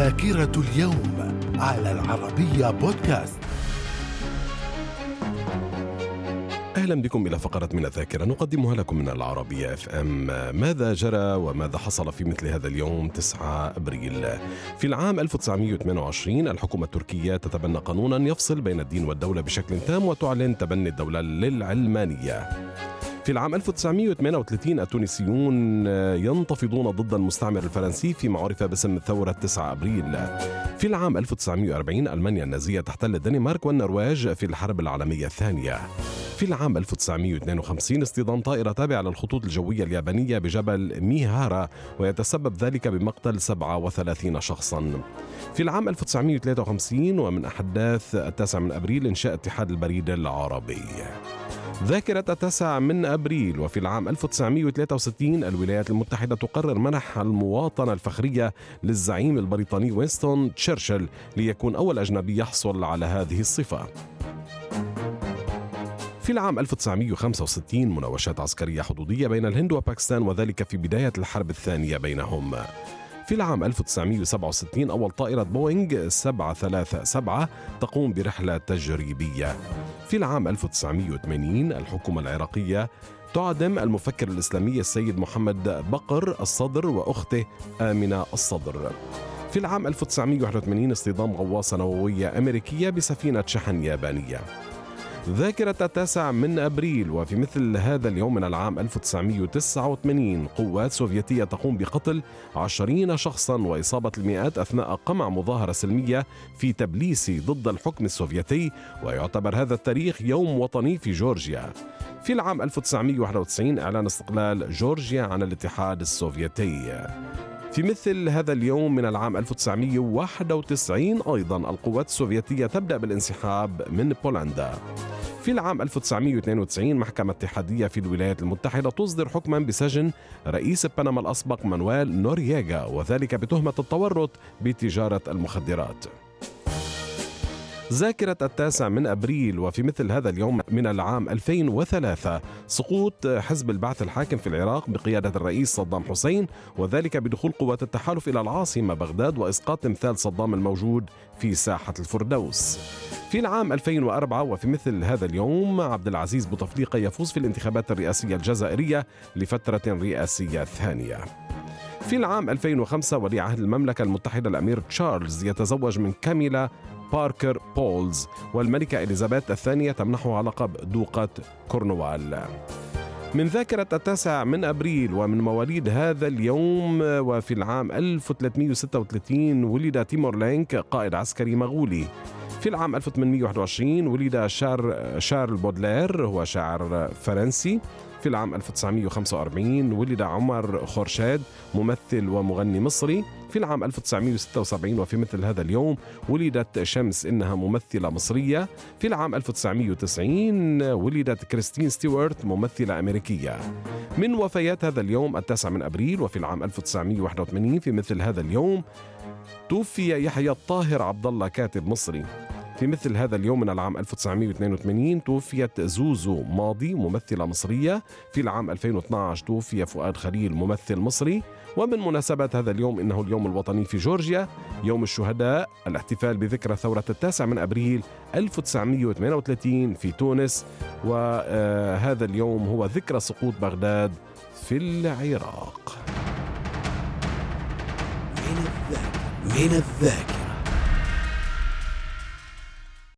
ذاكرة اليوم على العربية بودكاست. أهلا بكم إلى فقرة من الذاكرة نقدمها لكم من العربية FM. ماذا جرى وماذا حصل في مثل هذا اليوم 9 أبريل؟ في العام 1928 الحكومة التركية تتبنى قانونا يفصل بين الدين والدولة بشكل تام وتعلن تبني الدولة للعلمانية. في العام 1938 التونسيون ينتفضون ضد المستعمر الفرنسي فيما عرف باسم ثورة 9 أبريل. في العام 1940 ألمانيا النازية تحتل الدنمارك والنرويج في الحرب العالمية الثانية. في العام 1952 اصطدام طائرة تابعة للخطوط الجوية اليابانية بجبل ميهارا ويتسبب ذلك بمقتل 37 شخصا. في العام 1953 ومن أحداث 9 أبريل إنشاء اتحاد البريد العربي. ذاكرة 9 أبريل. وفي العام 1963 الولايات المتحدة تقرر منح المواطنة الفخرية للزعيم البريطاني وينستون تشرشل ليكون أول أجنبي يحصل على هذه الصفة. في العام 1965 مناوشات عسكرية حدودية بين الهند وباكستان وذلك في بداية الحرب الثانية بينهم. في العام 1967 أول طائرة بوينغ 737 تقوم برحلة تجريبية. في العام 1980 الحكومة العراقية تعدم المفكر الإسلامي السيد محمد بقر الصدر وأخته آمنة الصدر. في العام 1981 اصطدام غواصة نووية أمريكية بسفينة شحن يابانية. ذاكرة 9 أبريل. وفي مثل هذا اليوم من العام 1989 قوات سوفيتية تقوم بقتل 20 شخصا وإصابة المئات أثناء قمع مظاهرة سلمية في تبليسي ضد الحكم السوفيتي، ويعتبر هذا التاريخ يوم وطني في جورجيا. في العام 1991 إعلان استقلال جورجيا عن الاتحاد السوفيتي. في مثل هذا اليوم من العام 1991 أيضا القوات السوفيتية تبدأ بالانسحاب من بولندا. في العام 1992 محكمة اتحادية في الولايات المتحدة تصدر حكما بسجن رئيس بنما الأسبق مانويل نورييغا وذلك بتهمة التورط بتجارة المخدرات. ذاكرة 9 أبريل. وفي مثل هذا اليوم من العام 2003 سقوط حزب البعث الحاكم في العراق بقيادة الرئيس صدام حسين وذلك بدخول قوات التحالف إلى العاصمة بغداد وإسقاط تمثال صدام الموجود في ساحة الفردوس. في العام 2004 وفي مثل هذا اليوم عبد العزيز بوتفليقة يفوز في الانتخابات الرئاسية الجزائرية لفترة رئاسية ثانية. في العام 2005 ولي عهد المملكة المتحدة الأمير تشارلز يتزوج من كاميلا باركر بولز والملكة إليزابيث الثانية تمنحها لقب دوقة كورنوال. من ذاكرة 9 أبريل ومن مواليد هذا اليوم وفي العام 1336 ولد تيمور لينك قائد عسكري مغولي. في العام 1821 ولد شارل بودلير هو شاعر فرنسي. في العام 1945 ولد عمر خورشيد ممثل ومغني مصري. في العام 1976 وفي مثل هذا اليوم ولدت شمس إنها ممثلة مصرية. في العام 1990 ولدت كريستين ستيوارت ممثلة أمريكية. من وفيات هذا اليوم 9 أبريل وفي العام 1981 في مثل هذا اليوم توفي يحيى الطاهر عبد الله كاتب مصري. في مثل هذا اليوم من العام 1982 توفيت زوزو ماضي ممثلة مصرية. في العام 2012 توفي فؤاد خليل ممثل مصري. ومن مناسبة هذا اليوم إنه اليوم الوطني في جورجيا، يوم الشهداء، الاحتفال بذكرى ثورة 9 أبريل 1938 في تونس، وهذا اليوم هو ذكرى سقوط بغداد في العراق. من الذاكرة